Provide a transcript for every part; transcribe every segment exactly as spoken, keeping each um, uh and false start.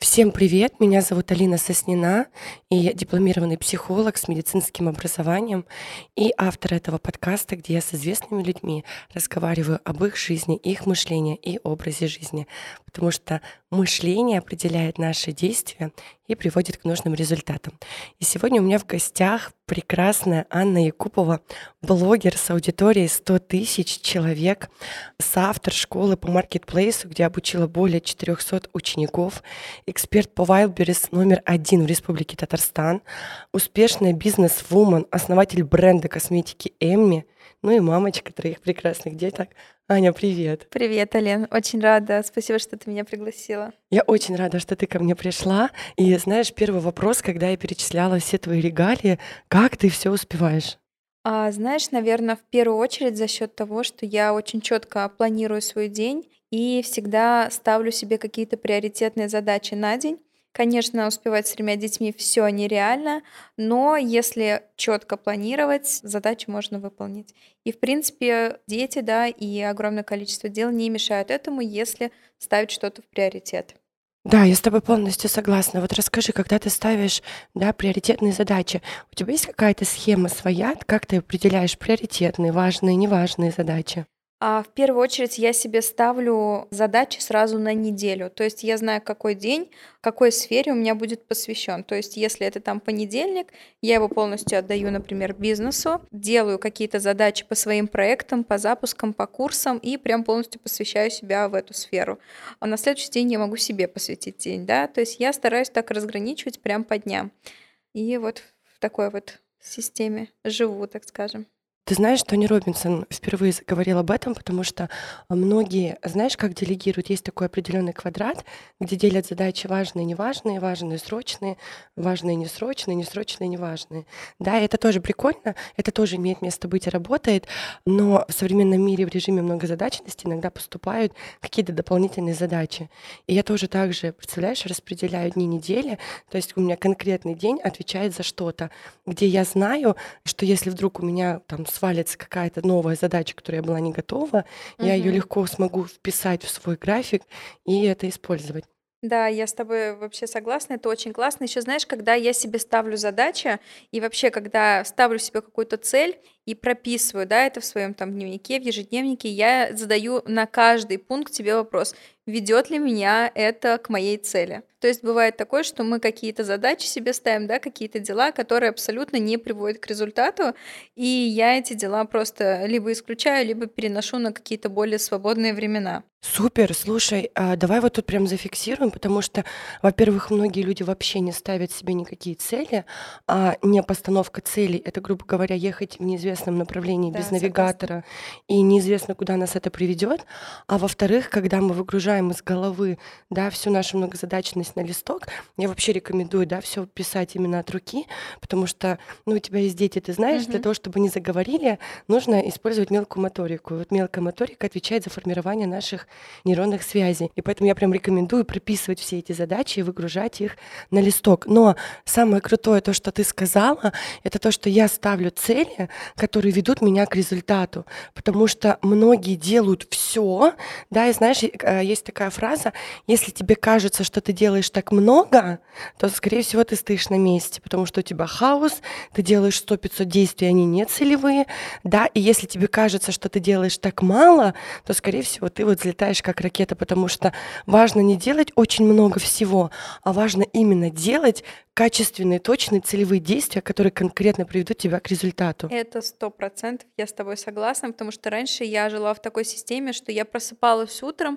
Всем привет! Меня зовут Алина Соснина, и я дипломированный психолог с медицинским образованием и автор этого подкаста, где я с известными людьми разговариваю об их жизни, их мышлении и образе жизни. Потому что мышление определяет наши действия и приводит к нужным результатам. И сегодня у меня в гостях прекрасная Анна Якупова, блогер с аудиторией сто тысяч человек, соавтор школы по маркетплейсу, где обучила более четырехсот учеников, эксперт по Wildberries номер один в Республике Татарстан, успешная бизнес-вумен, основатель бренда косметики Эмми, ну и мамочка троих прекрасных деток. Аня, привет! Привет, Ален. Очень рада. Спасибо, что ты меня пригласила. Я очень рада, что ты ко мне пришла. И знаешь, первый вопрос, когда я перечисляла все твои регалии, как ты все успеваешь? А, знаешь, наверное, в первую очередь за счет того, что я очень четко планирую свой день и всегда ставлю себе какие-то приоритетные задачи на день. Конечно, успевать с тремя детьми все нереально, но если четко планировать, задачу можно выполнить. И, в принципе, дети, да, и огромное количество дел не мешают этому, если ставить что-то в приоритет. Да, я с тобой полностью согласна. Вот расскажи, когда ты ставишь, да, приоритетные задачи, у тебя есть какая-то схема своя, как ты определяешь приоритетные, важные, неважные задачи? А, в первую очередь я себе ставлю задачи сразу на неделю. То есть я знаю, какой день, какой сфере у меня будет посвящен. То есть если это там понедельник, я его полностью отдаю, например, бизнесу, делаю какие-то задачи по своим проектам, по запускам, по курсам и прям полностью посвящаю себя в эту сферу. А на следующий день я могу себе посвятить день, да. То есть я стараюсь так разграничивать прям по дням. И вот в такой вот системе живу, так скажем. Ты знаешь, Тони Робинсон впервые заговорил об этом, потому что а, многие, знаешь, как делегируют, есть такой определенный квадрат, где делят задачи важные, неважные, важные, срочные, важные, несрочные, несрочные, неважные. Да, и это тоже прикольно, это тоже имеет место быть и работает, но в современном мире в режиме многозадачности иногда поступают какие-то дополнительные задачи. И я тоже так же, представляешь, распределяю дни недели, то есть у меня конкретный день отвечает за что-то, где я знаю, что если вдруг у меня там свалится какая-то новая задача, к которой я была не готова, я ее Мгм. легко смогу вписать в свой график и это использовать. Да, я с тобой вообще согласна, это очень классно. Еще знаешь, когда я себе ставлю задачи и вообще, когда ставлю себе какую-то цель и прописываю, да, это в своем там дневнике, в ежедневнике, я задаю на каждый пункт себе вопрос, ведет ли меня это к моей цели. То есть бывает такое, что мы какие-то задачи себе ставим, да, какие-то дела, которые абсолютно не приводят к результату, и я эти дела просто либо исключаю, либо переношу на какие-то более свободные времена. Супер, слушай, а давай вот тут прям зафиксируем, потому что, во-первых, многие люди вообще не ставят себе никакие цели, а не постановка целей — это, грубо говоря, ехать в неизвестном направлении без Да, согласна. навигатора, и неизвестно, куда нас это приведет. А во-вторых, когда мы выгружаем из головы, да, всю нашу многозадачность на листок, я вообще рекомендую, да, все писать именно от руки, потому что, ну, у тебя есть дети, ты знаешь, для Мгм. того, чтобы они заговорили, нужно использовать мелкую моторику. И вот мелкая моторика отвечает за формирование наших нейронных связей. И поэтому я прям рекомендую прописывать все эти задачи и выгружать их на листок. Но самое крутое, то, что ты сказала, это то, что я ставлю цели, которые ведут меня к результату. Потому что многие делают все, да, и знаешь, э, есть такая фраза: если тебе кажется, что ты делаешь так много, то, скорее всего, ты стоишь на месте, потому что у тебя хаос, ты делаешь сто пятьсот действий, они не целевые, да, и если тебе кажется, что ты делаешь так мало, то, скорее всего, ты вот взлетаешь как ракета, потому что важно не делать очень много всего, а важно именно делать качественные, точные, целевые действия, которые конкретно приведут тебя к результату. Это сто процентов, я с тобой согласна, потому что раньше я жила в такой системе, что я просыпалась утром,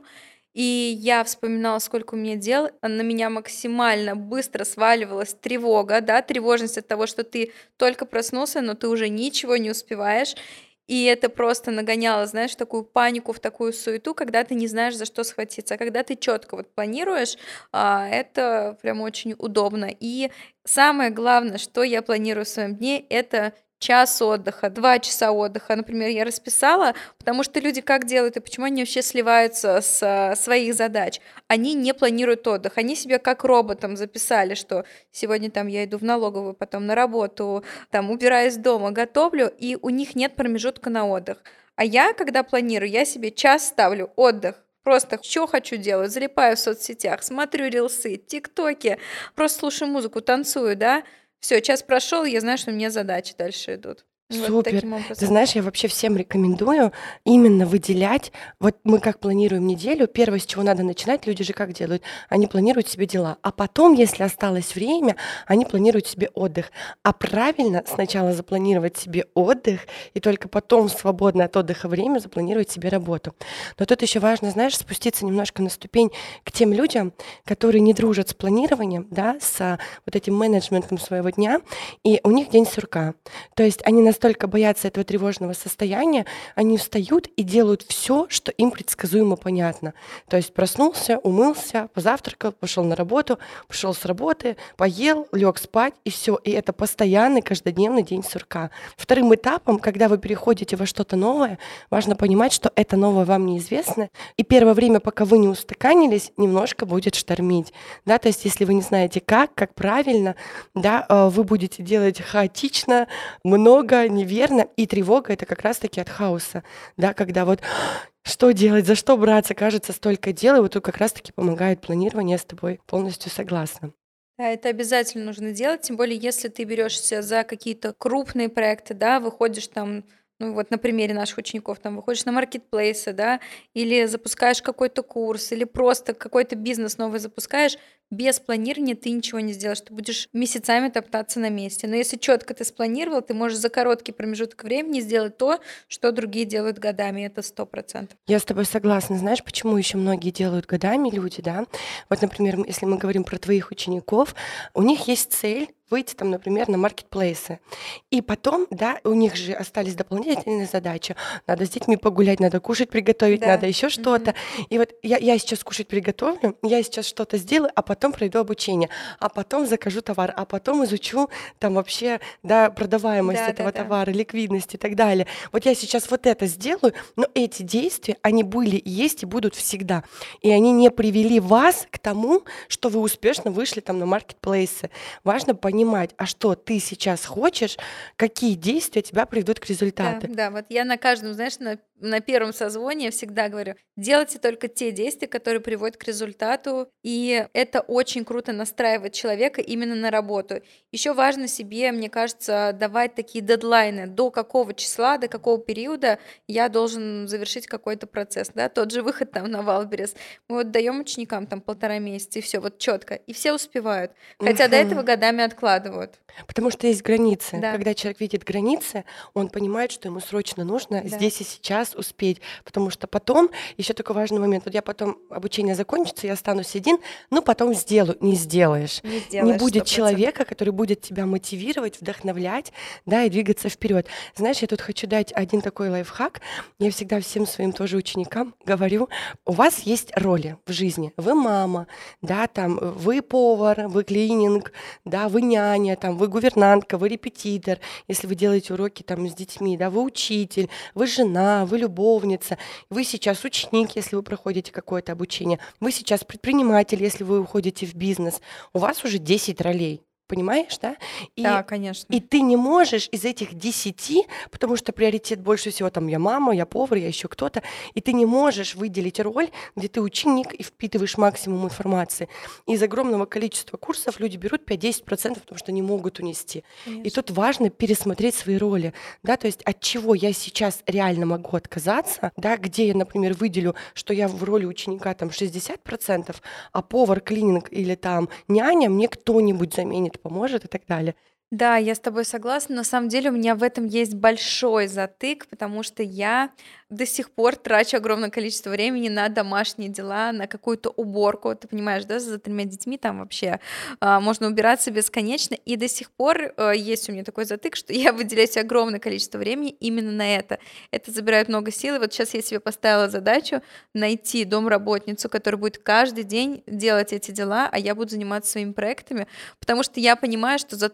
и я вспоминала, сколько у меня дел, а на меня максимально быстро сваливалась тревога, да, тревожность от того, что ты только проснулся, но ты уже ничего не успеваешь. И это просто нагоняло, знаешь, в такую панику, в такую суету, когда ты не знаешь, за что схватиться. А когда ты четко вот планируешь, а, это прям очень удобно. И самое главное, что я планирую в своем дне, это час отдыха, два часа отдыха. Например, я расписала, потому что люди как делают и почему они вообще сливаются с а, своих задач? Они не планируют отдых, они себе как роботом записали, что сегодня там я иду в налоговую, потом на работу, там убираюсь дома, готовлю, и у них нет промежутка на отдых. А я, когда планирую, я себе час ставлю отдых. Просто что хочу делать, залипаю в соцсетях, смотрю рилсы, тиктоки, просто слушаю музыку, танцую, да. Все, час прошел, я знаю, что у меня задачи дальше идут. Вот Супер. таким Ты образом. знаешь, я вообще всем рекомендую именно выделять. Вот мы как планируем неделю, первое, с чего надо начинать, люди же как делают? Они планируют себе дела, а потом, если осталось время, они планируют себе отдых. А правильно сначала запланировать себе отдых, и только потом в свободное от отдыха время запланировать себе работу. Но тут еще важно, знаешь, спуститься немножко на ступень к тем людям, которые не дружат с планированием, да, с а, вот этим менеджментом своего дня, и у них день сурка. То есть они настолько боятся этого тревожного состояния, они встают и делают все, что им предсказуемо понятно. То есть проснулся, умылся, позавтракал, пошел на работу, пришел с работы, поел, лег спать, и все. И это постоянный каждодневный день сурка. Вторым этапом, когда вы переходите во что-то новое, важно понимать, что это новое вам неизвестно. И первое время, пока вы не устаканились, немножко будет штормить. Да? То есть если вы не знаете как, как правильно, да, э, вы будете делать хаотично, много, неверно, и тревога — это как раз-таки от хаоса, да, когда вот что делать, за что браться, кажется, столько дел, и вот тут как раз-таки помогает планирование, я с тобой полностью согласна. Да, это обязательно нужно делать, тем более, если ты берешься за какие-то крупные проекты, да, выходишь там, ну вот на примере наших учеников, там выходишь на маркетплейсы, да, или запускаешь какой-то курс, или просто какой-то бизнес новый запускаешь, без планирования ты ничего не сделаешь, ты будешь месяцами топтаться на месте. Но если четко ты спланировал, ты можешь за короткий промежуток времени сделать то, что другие делают годами, это сто процентов. Я с тобой согласна. Знаешь, почему еще многие делают годами люди, да? Вот, например, м- если мы говорим про твоих учеников, у них есть цель выйти там, например, на маркетплейсы. И потом, да, у них же остались дополнительные задачи. Надо с детьми погулять, надо кушать приготовить, Да. надо еще что-то. И вот я, я сейчас кушать приготовлю, я сейчас что-то сделаю, а потом пройду обучение, а потом закажу товар, а потом изучу там вообще, да, продаваемость Да, да, этого да. товара, ликвидность и так далее. Вот я сейчас вот это сделаю, но эти действия, они были, есть и будут всегда. И они не привели вас к тому, что вы успешно вышли там на маркетплейсы. Важно понимать, а что ты сейчас хочешь, какие действия тебя приведут к Да, результату. да, вот я на каждом, знаешь, на, на первом созвоне всегда говорю, делайте только те действия, которые приводят к результату, и это очень круто настраивает человека именно на работу. Еще важно себе, мне кажется, давать такие дедлайны, до какого числа, до какого периода я должен завершить какой-то процесс, да, тот же выход там на Валберес. Мы вот даем ученикам там полтора месяца, и все, вот четко, и все успевают, хотя до этого Мгм. годами откладывают. Потому что есть границы. Да, Когда человек видит границы, он понимает, что ему срочно нужно да, здесь и сейчас успеть. Потому что потом, еще такой важный момент, вот я потом, обучение закончится, я останусь один, ну потом сделаю. Не сделаешь. не Не сделаешь сто будет процентов. человека, который будет тебя мотивировать, вдохновлять, да, и двигаться вперед. Знаешь, я тут хочу дать один такой лайфхак. Я всегда всем своим тоже ученикам говорю, у вас есть роли в жизни. Вы мама, да, там, вы повар, вы клининг, да, вы няня, там, вы гувернантка, вы репетитор, если вы делаете уроки там с детьми, да, вы учитель, вы жена, вы любовница, вы сейчас ученик, если вы проходите какое-то обучение, вы сейчас предприниматель, если вы уходите в бизнес, у вас уже десять ролей. Понимаешь, да? Да, И, и конечно. ты не можешь из этих десяти, потому что приоритет больше всего там я мама, я повар, я еще кто-то, и ты не можешь выделить роль, где ты ученик и впитываешь максимум информации. Из огромного количества курсов люди берут пять-десять процентов, потому что не могут унести. И Конечно. тут важно пересмотреть свои роли, да, то есть от чего я сейчас реально могу отказаться, да, где я, например, выделю, что я в роли ученика там шестьдесят процентов, а повар, клининг или там няня мне кто-нибудь заменит, поможет и так далее. Да, я с тобой согласна. На самом деле у меня в этом есть большой затык, потому что я до сих пор трачу огромное количество времени на домашние дела, на какую-то уборку. Ты понимаешь, да, за тремя детьми там вообще а, можно убираться бесконечно. И до сих пор а, есть у меня такой затык, что я выделяю себе огромное количество времени именно на это. Это забирает много сил. И вот сейчас я себе поставила задачу найти домработницу, которая будет каждый день делать эти дела, а я буду заниматься своими проектами, потому что я понимаю, что за то время,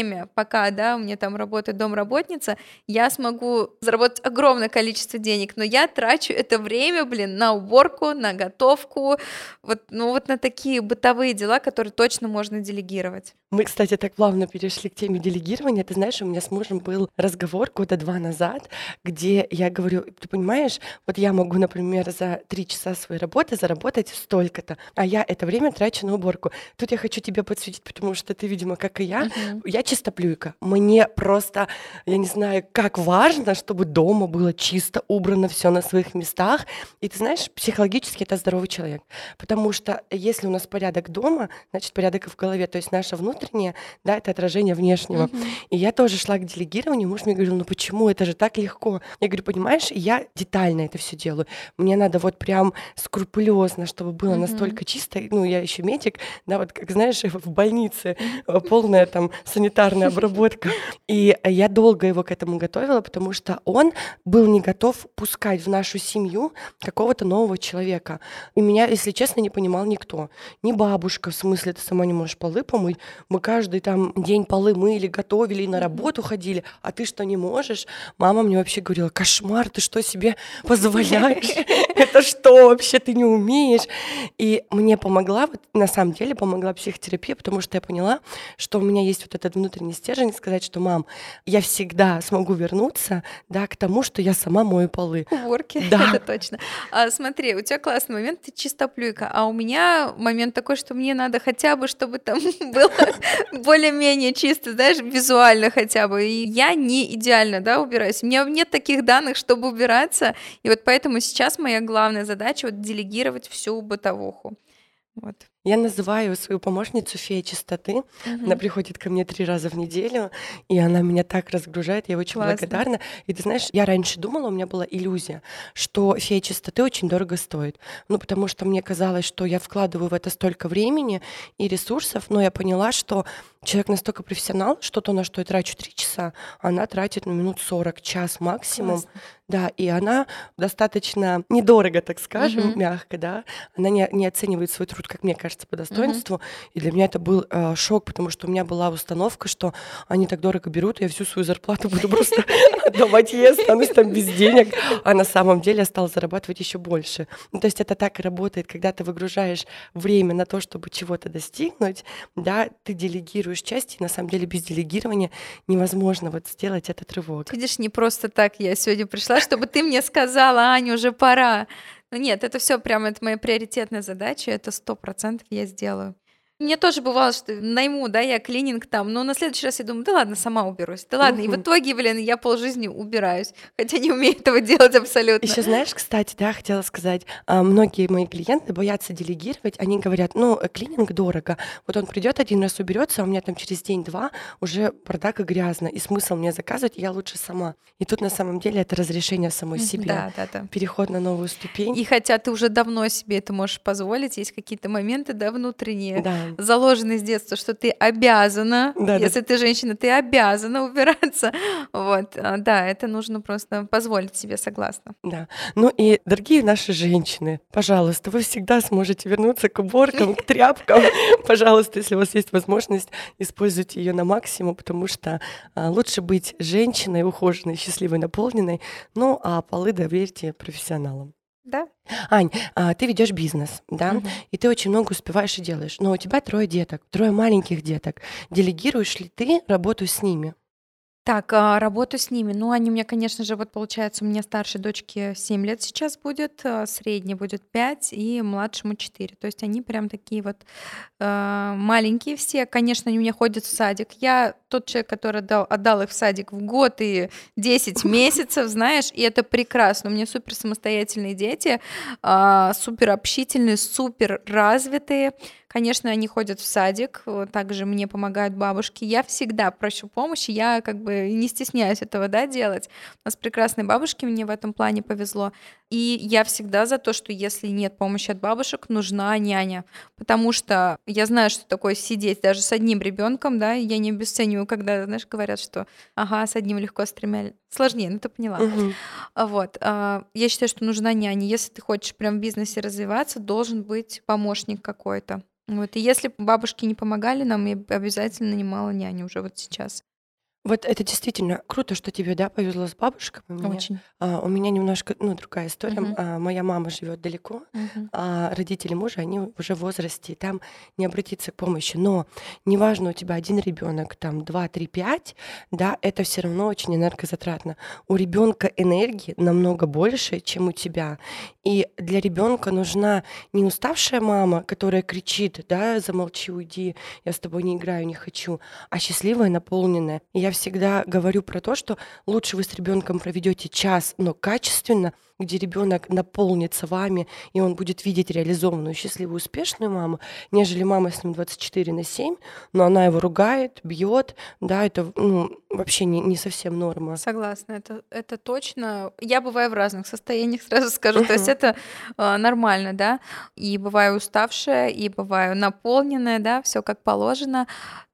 время, пока, да, у меня там работает домработница, я смогу заработать огромное количество денег, но я трачу это время, блин, на уборку, на готовку, вот, ну вот на такие бытовые дела, которые точно можно делегировать. Мы, кстати, так плавно перешли к теме делегирования. Ты знаешь, у меня с мужем был разговор года два назад, где я говорю, ты понимаешь, вот я могу, например, за три часа своей работы заработать столько-то, а я это время трачу на уборку. Тут я хочу тебе подсветить, потому что ты, видимо, как и я, Мгм. я чистоплюйка. Мне просто, я не знаю, как важно, чтобы дома было чисто, убрано, все на своих местах. И ты знаешь, психологически это здоровый человек. Потому что если у нас порядок дома, значит, порядок и в голове. То есть наше внутреннее, да, это отражение внешнего. Мгм. И я тоже шла к делегированию. Муж мне говорил, ну почему? Это же так легко. Я говорю, понимаешь, я детально это все делаю. Мне надо вот прям скрупулезно, чтобы было Мгм. настолько чисто. Ну, я еще медик, да, вот как знаешь, в больнице Мгм. э, полная там санитарная обработка. И я долго его к этому готовила, потому что он был не готов пускать в нашу семью какого-то нового человека. И меня, если честно, не понимал никто. Ни бабушка, в смысле, ты сама не можешь полы помыть. Мы каждый там день полы мыли, готовили и на Мгм. работу ходили. А ты что, не можешь? Мама мне вообще говорила, кошмар, ты что себе позволяешь? Это что вообще ты не умеешь? И мне помогла, вот на самом деле помогла психотерапия, потому что я поняла, что у меня есть вот этот внутренний стержень сказать, что, мам, я всегда смогу вернуться, да, к тому, что я сама мою полы. Уборки, Да, это точно. А, смотри, у тебя классный момент, ты чистоплюйка, а у меня момент такой, что мне надо хотя бы, чтобы там было более-менее чисто, знаешь, визуально хотя бы. И я не идеально, да, убираюсь. У меня нет таких данных, чтобы убираться. И вот поэтому сейчас моя главная задача вот делегировать всю бытовуху. Вот. я называю свою помощницу фея чистоты. Она Мгм. приходит ко мне три раза в неделю, и она меня так разгружает, я ей очень Классно. благодарна. И ты знаешь, я раньше думала, у меня была иллюзия, что фея чистоты очень дорого стоит. Ну, потому что мне казалось, что я вкладываю в это столько времени и ресурсов, но я поняла, что человек настолько профессионал, что-то, на что я трачу три часа, она тратит ну, минут сорок, час максимум. Классно. Да, и она достаточно недорого, так скажем, Мгм. мягко, да. Она не, не оценивает свой труд, как мне кажется, по Мгм. достоинству. И для меня это был э, шок, потому что у меня была установка, что они так дорого берут, и я всю свою зарплату буду просто отдавать ей, останусь там без денег. А на самом деле я стала зарабатывать еще больше. Ну, то есть это так и работает, когда ты выгружаешь время на то, чтобы чего-то достигнуть, да, ты делегируешь части, и на самом деле без делегирования невозможно вот сделать этот рывок. Видишь, не просто так я сегодня пришла, чтобы ты мне сказала, Аня, уже пора. Ну нет, это все прямо, это моя приоритетная задача, это сто процентов я сделаю. Мне тоже бывало, что найму, да, я клининг там, но на следующий раз я думаю, да ладно, сама уберусь, да ладно. И в Мгм. итоге, блин, я полжизни убираюсь, хотя не умею этого делать абсолютно. Еще знаешь, кстати, да, хотела сказать, а, многие мои клиенты боятся делегировать, они говорят, ну, э, клининг дорого, вот он придет один раз уберется, а у меня там через день-два уже бардак и грязно, и смысл мне заказывать, я лучше сама. И тут на самом деле это разрешение самой Мгм. себе, Да, да, да. переход на новую ступень. И хотя ты уже давно себе это можешь позволить, есть какие-то моменты, да, внутренние, Да, заложенные с детства, что ты обязана, да, да, если ты женщина, ты обязана убираться. Вот, а, да, это нужно просто позволить себе, согласна. да. Ну и, дорогие наши женщины, пожалуйста, вы всегда сможете вернуться к уборкам, к тряпкам. Пожалуйста, если у вас есть возможность, используйте ее на максимум, потому что а, лучше быть женщиной, ухоженной, счастливой, наполненной. Ну, а полы доверьте профессионалам. Да? Ань, а, ты ведешь бизнес, да, Мгм. и ты очень много успеваешь и делаешь, но у тебя трое деток, трое маленьких деток. Делегируешь ли ты работу с ними? Так, а, работу с ними. Ну, они у меня, конечно же, вот получается, у меня старшей дочке семь лет сейчас будет, а, средней будет пять и младшему четыре. То есть они прям такие вот а, маленькие все. Конечно, они у меня ходят в садик. Я тот человек, который отдал, отдал их в садик в год и десять месяцев, знаешь, и это прекрасно. У меня супер самостоятельные дети, а, супер общительные, супер развитые. Конечно, они ходят в садик, э, также мне помогают бабушки. Я всегда прошу помощи, я как бы не стесняюсь этого, да, делать. У нас прекрасные бабушки, мне в этом плане повезло. И я всегда за то, что если нет помощи от бабушек, нужна няня. Потому что я знаю, что такое сидеть даже с одним ребенком, да, я не обесцениваю, когда, знаешь, говорят, что ага, с одним легко, с тремя сложнее, ну ты поняла. Мгм. А Вот. а, Я считаю, что нужна няня. Если ты хочешь прям в бизнесе развиваться, должен быть помощник какой-то. Вот, и если б бабушки не помогали нам, я бы обязательно нанимала няню уже вот сейчас. Вот это действительно круто, что тебе, да, повезло с бабушками. У меня, Очень. а, у меня немножко, ну, другая история. Мгм. А, моя мама живет далеко, Мгм. а родители мужа, они уже в возрасте, и там не обратиться к помощи. Но неважно, у тебя один ребенок, там два, три, пять, да, это все равно очень энергозатратно. У ребенка энергии намного больше, чем у тебя. И для ребенка нужна не уставшая мама, которая кричит, да, замолчи, уйди, я с тобой не играю, не хочу, а счастливая, наполненная. И я всегда говорю про то, что лучше вы с ребенком проведете час, но качественно, где ребенок наполнится вами, и он будет видеть реализованную, счастливую, успешную маму, нежели мама с ним двадцать четыре на семь, но она его ругает, бьет, да, это ну, вообще не, не совсем норма. Согласна, это, это точно. Я бываю в разных состояниях, сразу скажу. То есть Мгм. это а, нормально, да. И бываю уставшая, и бываю наполненная, да, все как положено.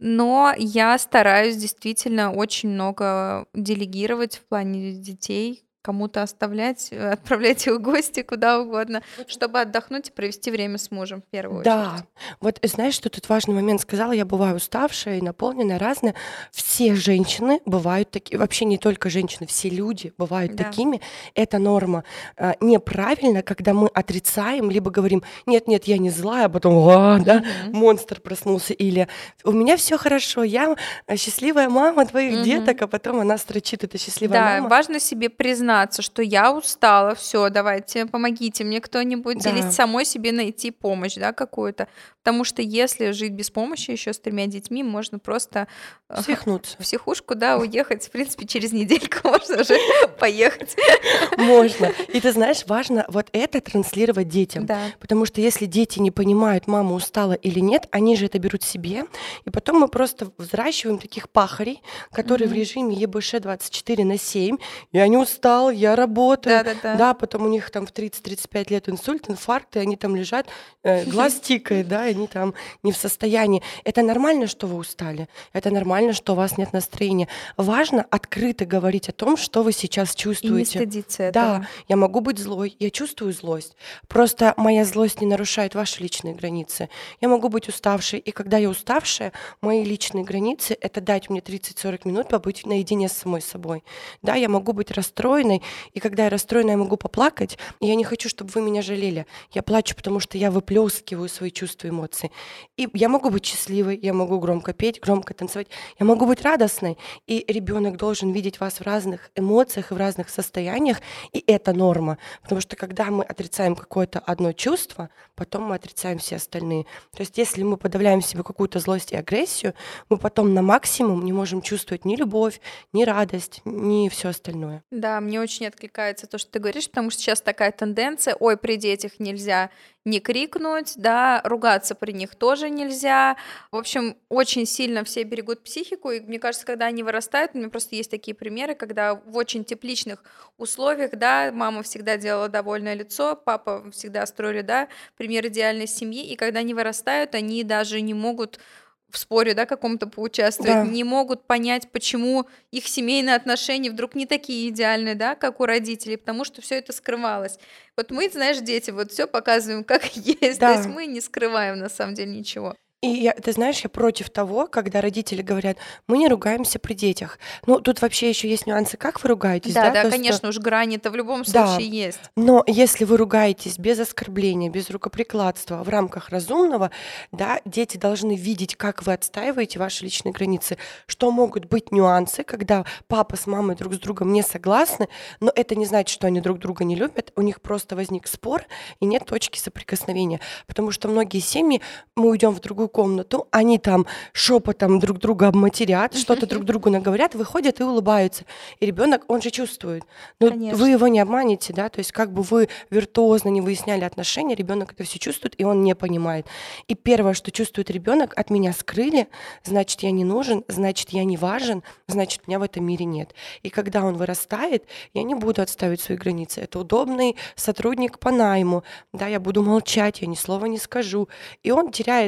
Но я стараюсь действительно очень много делегировать в плане детей, кому-то оставлять, э, отправлять их в гости куда угодно, чтобы отдохнуть и провести время с мужем в первую Да, очередь. вот знаешь, что тут важный момент сказала, я бываю уставшая и наполненная, разная. Все женщины бывают такие, вообще не только женщины, все люди бывают Да. такими. Это норма. А, Неправильно, когда мы отрицаем, либо говорим, нет-нет, я не злая, а потом, а, да, Мгм. монстр проснулся, или у меня все хорошо, я а, счастливая мама твоих Мгм. деток, а потом она строчит, это счастливая Да, мама. важно себе признаться, что я устала, все, давайте, помогите мне кто-нибудь, или Да, самой себе найти помощь, да, какую-то. Потому что если жить без помощи еще с тремя детьми, можно просто э, свихнуться. в психушку, да, уехать, в принципе, через недельку можно уже поехать. Можно. И ты знаешь, важно вот это транслировать детям. Да, Потому что если дети не понимают, мама устала или нет, они же это берут себе. И потом мы просто взращиваем таких пахарей, которые в Мгм. режиме ЕБШ двадцать четыре на семь. Я не устал, я работаю. да-да-да. Да, потом у них там в тридцать-тридцать пять лет инсульт, инфаркт, и они там лежат, э, глаз тикает, да, и они там не в состоянии. Это нормально, что вы устали. Это нормально, что у вас нет настроения. Важно открыто говорить о том, что вы сейчас И не чувствуете. стыдиться Да, этого. я могу быть злой, я чувствую злость. Просто моя злость не нарушает ваши личные границы. Я могу быть уставшей, и когда я уставшая, мои личные границы — это дать мне тридцать-сорок минут побыть наедине с самой собой. Да, я могу быть расстроенной, и когда я расстроена, я могу поплакать, и я не хочу, чтобы вы меня жалели. Я плачу, потому что я выплескиваю свои чувства, эмоции. И я могу быть счастливой, я могу громко петь, громко танцевать, я могу быть радостной, и ребенок должен видеть вас в разных эмоциях и в разных состояниях, и это норма. Потому что когда мы отрицаем какое-то одно чувство, потом мы отрицаем все остальные. То есть если мы подавляем в себе какую-то злость и агрессию, мы потом на максимум не можем чувствовать ни любовь, ни радость, ни все остальное. Да, мне очень откликается то, что ты говоришь, потому что сейчас такая тенденция, ой, при детях нельзя не крикнуть, да, ругаться при них тоже нельзя. В общем, очень сильно все берегут психику, и мне кажется, когда они вырастают, у меня просто есть такие примеры, когда в очень тепличных условиях, да, мама всегда делала довольное лицо, папа всегда строили, да, пример идеальной семьи, и когда они вырастают, они даже не могут в споре, да, каком-то поучаствовать, Да. не могут понять, почему их семейные отношения вдруг не такие идеальные, да, как у родителей, потому что все это скрывалось. Вот мы, знаешь, дети, вот все показываем как есть, то есть Да. мы не скрываем на самом деле ничего. И я, ты знаешь, я против того, когда родители говорят, мы не ругаемся при детях. Ну, тут вообще еще есть нюансы, как вы ругаетесь, Да, да? да, То, что конечно, уж грани-то в любом да, случае есть. но если вы ругаетесь без оскорбления, без рукоприкладства, в рамках разумного, да, дети должны видеть, как вы отстаиваете ваши личные границы, что могут быть нюансы, когда папа с мамой друг с другом не согласны, но это не значит, что они друг друга не любят, у них просто возник спор и нет точки соприкосновения, потому что многие семьи, мы уйдем в другую комнату, они там шепотом друг друга обматерят, что-то друг другу наговорят, выходят и улыбаются, и ребенок, он же чувствует, но вы Конечно. его не обманете, да, то есть как бы вы виртуозно не выясняли отношения, ребенок это все чувствует, и он не понимает. И первое, что чувствует ребенок, от меня скрыли, значит, я не нужен, значит, я не важен, значит, меня в этом мире нет. И когда он вырастает, я не буду отставить свои границы. Это удобный сотрудник по найму, да, я буду молчать, я ни слова не скажу. И он теряется в этом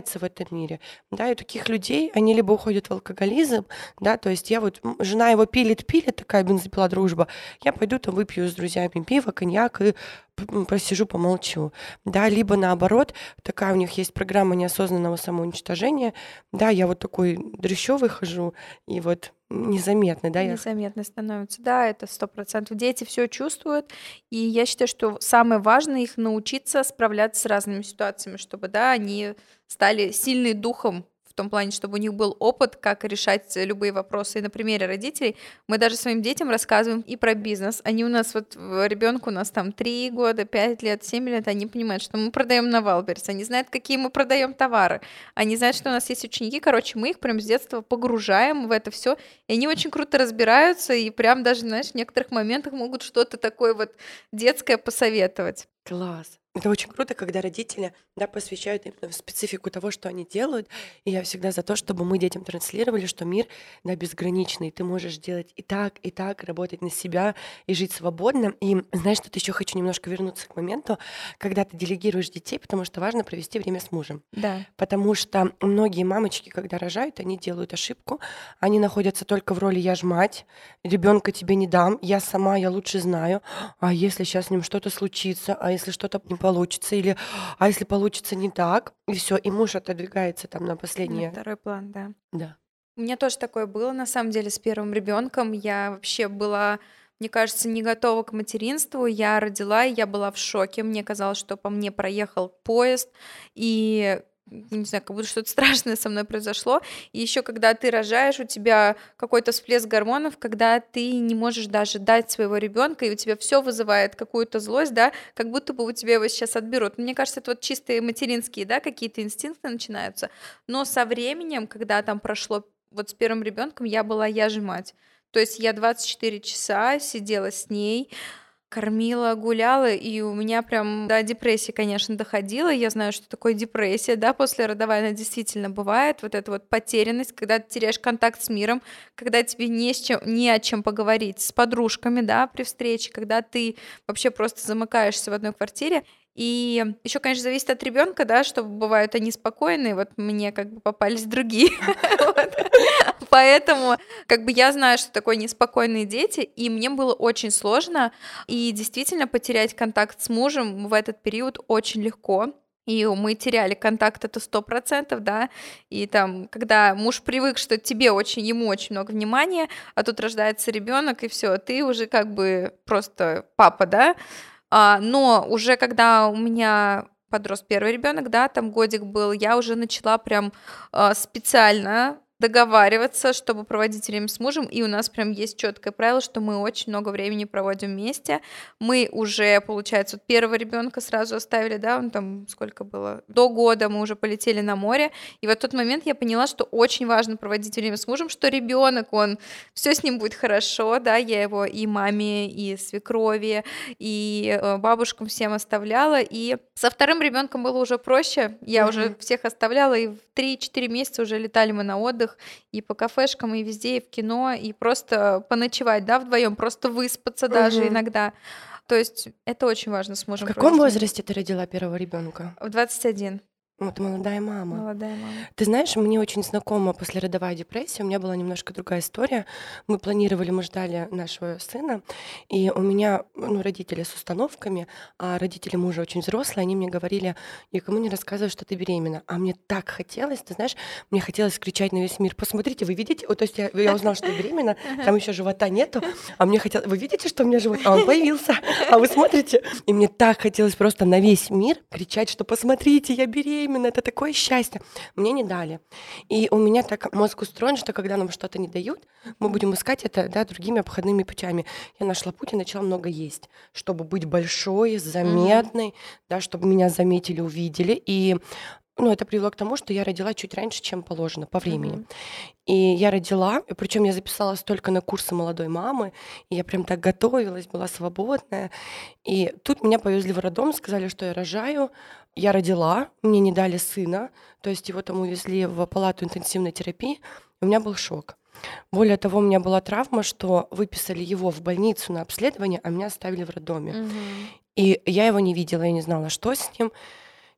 в мире. Да, и у таких людей, они либо уходят в алкоголизм, да, то есть я вот, м, жена его пилит-пилит, такая бензопила дружба, я пойду там выпью с друзьями пиво, коньяк и п- м, просижу, помолчу, да, либо наоборот, такая у них есть программа неосознанного самоуничтожения, да, я вот такой дрыщёвый хожу, и вот незаметно, да, я... Незаметно становится. Да, это сто процентов. Дети все чувствуют, и я считаю, что самое важное их научиться справляться с разными ситуациями, чтобы, да, они стали сильны духом в том плане, чтобы у них был опыт, как решать любые вопросы. И на примере родителей мы даже своим детям рассказываем и про бизнес. Они у нас вот, ребенку у нас там три года, пять лет, семь лет, они понимают, что мы продаем на Валберс, они знают, какие мы продаем товары, они знают, что у нас есть ученики, короче, мы их прям с детства погружаем в это все, и они очень круто разбираются, и прям даже, знаешь, в некоторых моментах могут что-то такое вот детское посоветовать. Класс. Это очень круто, когда родители, да, посвящают именно в специфику того, что они делают. И я всегда за то, чтобы мы детям транслировали, что мир, да, безграничный. Ты можешь делать и так, и так, работать на себя и жить свободно. И знаешь, тут еще хочу немножко вернуться к моменту, когда ты делегируешь детей, потому что важно провести время с мужем. Да. Потому что многие мамочки, когда рожают, они делают ошибку. Они находятся только в роли «я ж мать», ребенка тебе не дам, я сама, я лучше знаю. А если сейчас с ним что-то случится, а если что-то не получится, или а если получится не так, и все, и муж отодвигается там на На последнее. второй план, да. Да. У меня тоже такое было, на самом деле, с первым ребенком. Я вообще была, мне кажется, не готова к материнству. Я родила, и я была в шоке. Мне казалось, что по мне проехал поезд, и не знаю, как будто что-то страшное со мной произошло. И еще когда ты рожаешь, у тебя какой-то всплеск гормонов, когда ты не можешь даже дать своего ребенка, и у тебя все вызывает какую-то злость, да, как будто бы у тебя его сейчас отберут. Мне кажется, это вот чистые материнские, да, какие-то инстинкты начинаются. Но со временем, когда там прошло вот с первым ребенком, я была я же мать. То есть я двадцать четыре часа сидела с ней, кормила, гуляла, и у меня прям до депрессии, конечно, доходило. Я знаю, что такое депрессия, да, послеродовая, она действительно бывает. Вот эта вот потерянность, когда ты теряешь контакт с миром, когда тебе не, с чем, не о чем поговорить с подружками, да, при встрече, когда ты вообще просто замыкаешься в одной квартире. И еще, конечно, зависит от ребенка, да, что бывают они спокойные, вот мне как бы попались другие. Поэтому как бы я знаю, что такое неспокойные дети, и мне было очень сложно, и действительно потерять контакт с мужем в этот период очень легко. И мы теряли контакт, это сто процентов, да, и там, когда муж привык, что тебе очень, ему очень много внимания, а тут рождается ребенок, и все, ты уже как бы просто папа, да, а, но уже когда у меня подрос первый ребенок, да, там годик был, я уже начала прям а, специально договариваться, чтобы проводить время с мужем, и у нас прям есть четкое правило, что мы очень много времени проводим вместе. Мы уже, получается, вот первого ребенка сразу оставили, да, он там сколько было, до года мы уже полетели на море, и вот в тот момент я поняла, что очень важно проводить время с мужем, что ребенок, он, все с ним будет хорошо, да, я его и маме, и свекрови, и э, бабушкам всем оставляла, и со вторым ребенком было уже проще, я mm-hmm. уже всех оставляла, и в три-четыре месяца уже летали мы на отдых, и по кафешкам, и везде, и в кино, и просто поночевать, да, вдвоем, просто выспаться угу. даже иногда. То есть это очень важно с мужем. В каком возрасте ты родила первого ребенка? В двадцать один. Вот молодая мама. Молодая мама. Ты знаешь, мне очень знакома послеродовая депрессия. У меня была немножко другая история. Мы планировали, мы ждали нашего сына, и у меня, ну, родители с установками, а родители мужа очень взрослые, они мне говорили: никому не рассказывай, что ты беременна. А мне так хотелось, ты знаешь, мне хотелось кричать на весь мир: посмотрите, вы видите? Вот, то есть я, я узнала, что я беременна, там еще живота нету, а мне хотелось: вы видите, что у меня живот? А он появился, а вы смотрите? И мне так хотелось просто на весь мир кричать, что посмотрите, я беременна. Именно это такое счастье. Мне не дали. И у меня так мозг устроен, что когда нам что-то не дают, мы будем искать это, да, другими обходными путями. Я нашла путь и начала много есть, чтобы быть большой, заметной, mm-hmm. да, чтобы меня заметили, увидели. И ну, это привело к тому, что я родила чуть раньше, чем положено, по времени. Mm-hmm. И я родила, причем я записалась только на курсы молодой мамы, и я прям так готовилась, была свободная. И тут меня повезли в роддом, сказали, что я рожаю. Я родила, мне не дали сына, то есть его там увезли в палату интенсивной терапии. У меня был шок. Более того, у меня была травма, что выписали его в больницу на обследование, а меня оставили в роддоме. Mm-hmm. И я его не видела, я не знала, что с ним.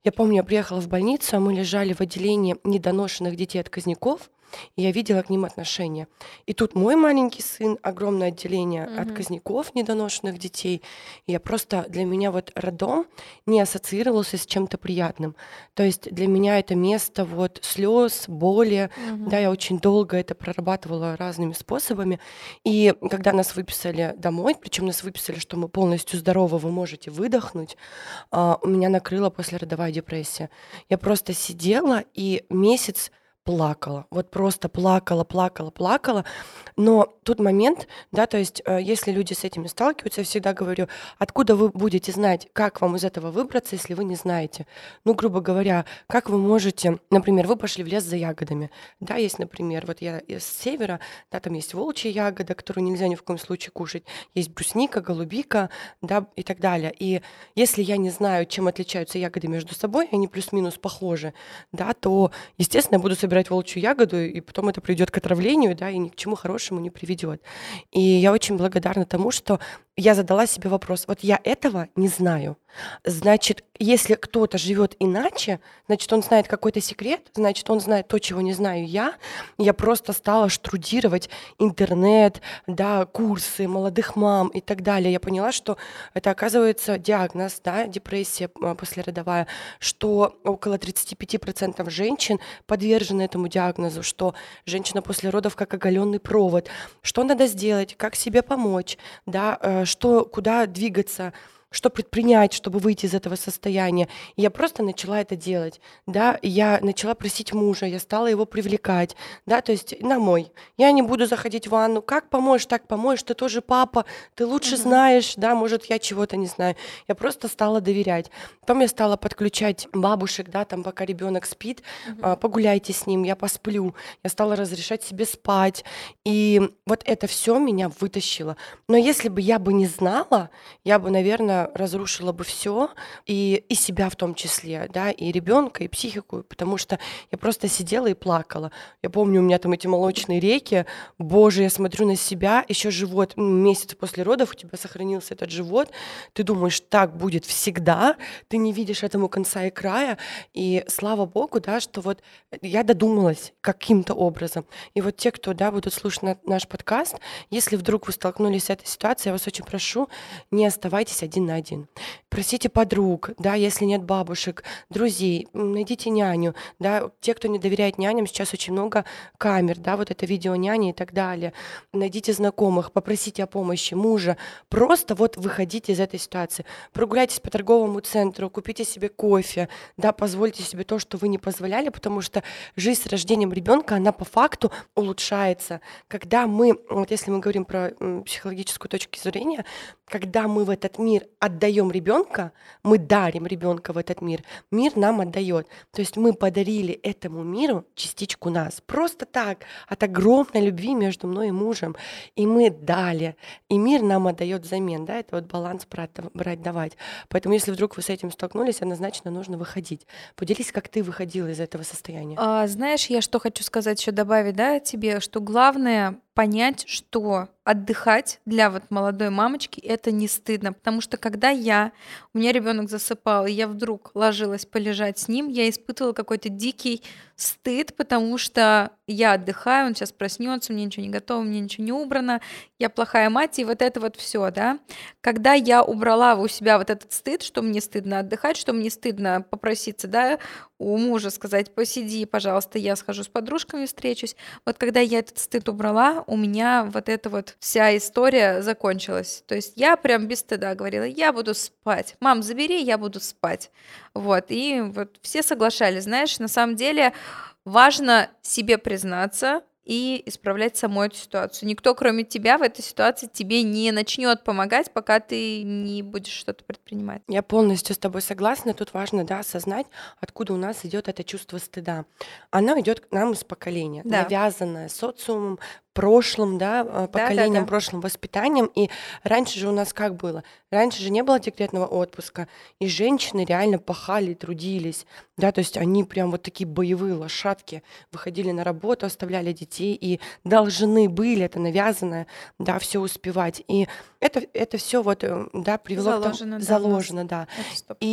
Я помню, я приехала в больницу, а мы лежали в отделении недоношенных детей-отказников, и я видела к ним отношения. И тут мой маленький сын, огромное отделение Мгм. отказников, недоношенных детей. И я просто, для меня вот роддом не ассоциировался с чем-то приятным. То есть для меня это место вот слез, боли. Да, Мгм. я очень долго это прорабатывала разными способами. И когда нас выписали домой, причем нас выписали, что мы полностью здоровы, вы можете выдохнуть, а, у меня накрыла послеродовая депрессия. Я просто сидела и месяц плакала. Вот просто плакала, плакала, плакала. Но тут момент, да, то есть э, если люди с этим не сталкиваются, я всегда говорю, откуда вы будете знать, как вам из этого выбраться, если вы не знаете. Ну, грубо говоря, как вы можете, например, вы пошли в лес за ягодами, да, есть, например, вот я из севера, да, там есть волчья ягода, которую нельзя ни в коем случае кушать, есть брусника, голубика, да, и так далее. И если я не знаю, чем отличаются ягоды между собой, они плюс-минус похожи, да, то, естественно, я буду собирать волчью ягоду, и потом это приведет к отравлению, да, и ни к чему хорошему не приведет. И я очень благодарна тому, что я задала себе вопрос, вот я этого не знаю. Значит, если кто-то живет иначе, значит, он знает какой-то секрет, значит, он знает то, чего не знаю я. Я просто стала штрудировать интернет, да, курсы молодых мам и так далее. Я поняла, что это, оказывается, диагноз, да, депрессия а, послеродовая, что около тридцать пять процентов женщин подвержены этому диагнозу, что женщина после родов как оголенный провод. Что надо сделать, как себе помочь, да, э, что, куда двигаться, что предпринять, чтобы выйти из этого состояния. И я просто начала это делать, да, я начала просить мужа, я стала его привлекать, да, то есть на мой. Я не буду заходить в ванну, как помоешь, так помоешь, ты тоже папа, ты лучше Мгм. знаешь, да, может, я чего-то не знаю. Я просто стала доверять. Потом я стала подключать бабушек, да, там, пока ребенок спит, а, Мгм. погуляйте с ним, я посплю. Я стала разрешать себе спать. И вот это все меня вытащило. Но если бы я бы не знала, я бы, наверное, разрушила бы все и, и себя в том числе, да, и ребенка, и психику, потому что я просто сидела и плакала. Я помню, у меня там эти молочные реки, боже, я смотрю на себя, еще живот, м, месяц после родов у тебя сохранился этот живот, ты думаешь, так будет всегда, ты не видишь этому конца и края, и слава богу, да, что вот я додумалась каким-то образом. И вот те, кто, да, будут слушать на- наш подкаст, если вдруг вы столкнулись с этой ситуацией, я вас очень прошу, не оставайтесь один на один. Просите подруг, да, если нет бабушек, друзей, м, найдите няню, да, те, кто не доверяет няням, сейчас очень много камер, да, вот это видео няни и так далее. Найдите знакомых, попросите о помощи мужа, просто вот выходите из этой ситуации. Прогуляйтесь по торговому центру, купите себе кофе, да, позвольте себе то, что вы не позволяли, потому что жизнь с рождением ребенка, она по факту улучшается. Когда мы, вот если мы говорим про м, психологическую точку зрения, когда мы в этот мир отдаем ребенка, мы дарим ребенка в этот мир, мир нам отдает. То есть мы подарили этому миру частичку нас. Просто так, от огромной любви между мной и мужем. И мы дали. И мир нам отдает взамен. Да? Это вот баланс брать, брать, давать. Поэтому если вдруг вы с этим столкнулись, однозначно нужно выходить. Поделись, как ты выходила из этого состояния. А, знаешь, я что хочу сказать, еще добавить, да, тебе, что главное понять, что отдыхать для вот молодой мамочки это не стыдно, потому что когда я, у меня ребенок засыпал, и я вдруг ложилась полежать с ним, я испытывала какой-то дикий стыд, потому что я отдыхаю, он сейчас проснется, мне ничего не готово, мне ничего не убрано, я плохая мать, и вот это вот все, да. Когда я убрала у себя вот этот стыд, что мне стыдно отдыхать, что мне стыдно попроситься, да, у мужа сказать, посиди, пожалуйста, я схожу с подружками, встречусь. Вот когда я этот стыд убрала, у меня вот эта вот вся история закончилась. То есть я прям без стыда говорила, я буду спать. Мам, забери, я буду спать. Вот, и вот все соглашались. Знаешь, на самом деле важно себе признаться и исправлять саму эту ситуацию. Никто, кроме тебя, в этой ситуации тебе не начнет помогать, пока ты не будешь что-то предпринимать. Я полностью с тобой согласна. Тут важно, да, осознать, откуда у нас идет это чувство стыда. Оно идет к нам из поколения, Да. навязанное социумом, прошлым, да, э, Да, да, поколением, да. прошлым воспитанием. И раньше же у нас как было? Раньше же не было декретного отпуска, и женщины реально пахали, трудились, да, то есть они прям вот такие боевые лошадки, выходили на работу, оставляли детей и должны были, это навязанное, да, все успевать. И это, это все вот, э, да, привело к тому, Заложено, да, в нас. заложено, да. Это сто И процентов.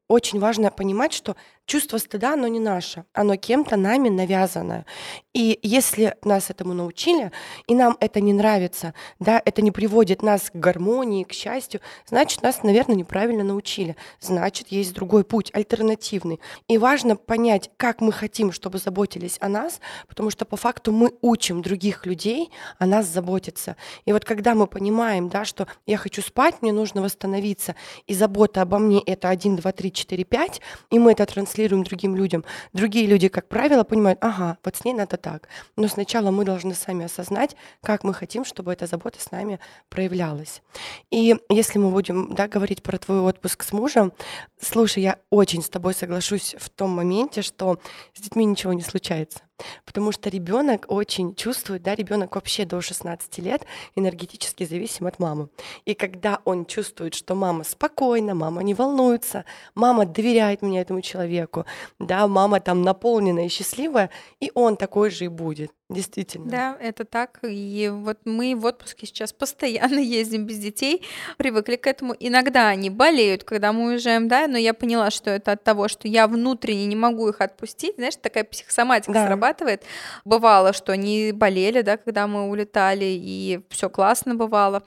очень важно понимать, что чувство стыда, оно не наше, оно кем-то нами навязанное. И если нас этому научили, и нам это не нравится, да, это не приводит нас к гармонии, к счастью, значит, нас, наверное, неправильно научили. Значит, есть другой путь, альтернативный. И важно понять, как мы хотим, чтобы заботились о нас, потому что по факту мы учим других людей о нас заботиться. И вот когда мы понимаем, да, что я хочу спать, мне нужно восстановиться, и забота обо мне — это один, два, три, четыре, пять, и мы это транслируем другим людям. Другие люди, как правило, понимают, ага, вот с ней надо так. Но сначала мы должны сами осознать, как мы хотим, чтобы эта забота с нами проявлялась. И если мы будем, да, говорить про твой отпуск с мужем, слушай, я очень с тобой соглашусь в том моменте, что с детьми ничего не случается. Потому что ребенок очень чувствует, да, ребенок вообще до шестнадцати лет энергетически зависим от мамы. И когда он чувствует, что мама спокойна, мама не волнуется, мама доверяет мне этому человеку, да, мама там наполненная и счастливая, и он такой же и будет. Действительно. Да, это так. И вот мы в отпуске сейчас постоянно ездим без детей, привыкли к этому. Иногда они болеют, когда мы уезжаем, да, но я поняла, что это от того, что я внутренне не могу их отпустить. Знаешь, такая психосоматика Да. срабатывает. Бывало, что они болели, да, когда мы улетали, и все классно бывало.